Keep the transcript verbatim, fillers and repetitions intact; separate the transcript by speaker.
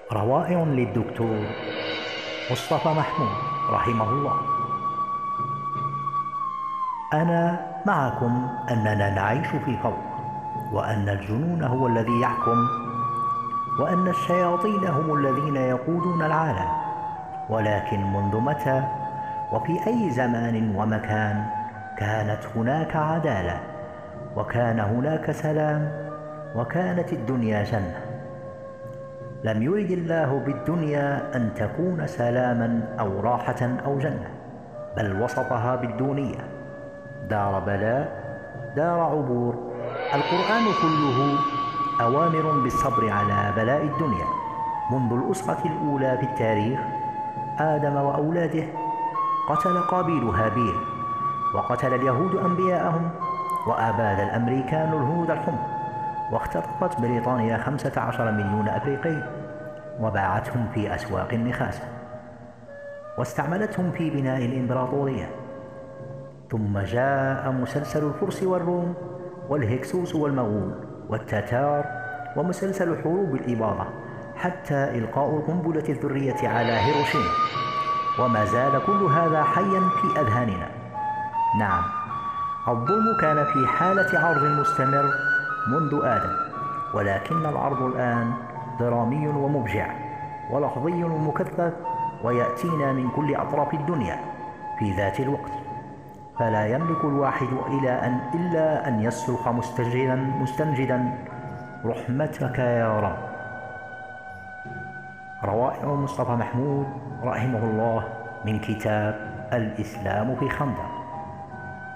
Speaker 1: روائع للدكتور مصطفى محمود رحمه الله. أنا معكم أننا نعيش في فوضى، وأن الجنون هو الذي يحكم، وأن الشياطين هم الذين يقودون العالم. ولكن منذ متى وفي أي زمان ومكان كانت هناك عدالة، وكان هناك سلام، وكانت الدنيا جنة؟ لم يرد الله بالدنيا أن تكون سلاما أو راحة أو جنة، بل وصفها بالدونية: دار بلاء، دار عبور. القرآن كله أوامر بالصبر على بلاء الدنيا، منذ الأسرة الأولى في التاريخ، آدم وأولاده. قتل قابيل هابيل، وقتل اليهود أنبياءهم، وأباد الأمريكان الهنود الحمر، واختطفت بريطانيا خمسة عشر مليون أفريقي وباعتهم في أسواق النخاسة، واستعملتهم في بناء الإمبراطورية. ثم جاء مسلسل الفرس والروم والهكسوس والمغول والتتار، ومسلسل حروب الإباضة، حتى إلقاء القنبلة الذرية على هيروشيما. وما زال كل هذا حيا في أذهاننا. نعم، الظلم كان في حالة عرض مستمر منذ آدم، ولكن العرض الآن درامي ومبجع ولفظي ومكثف، ويأتينا من كل أطراف الدنيا في ذات الوقت. فلا يملك الواحد إلى أن إلا أن يصرخ مستنجدا مستنجدا: رحمتك يا رب. روائع مصطفى محمود رحمه الله، من كتاب الإسلام في خندق.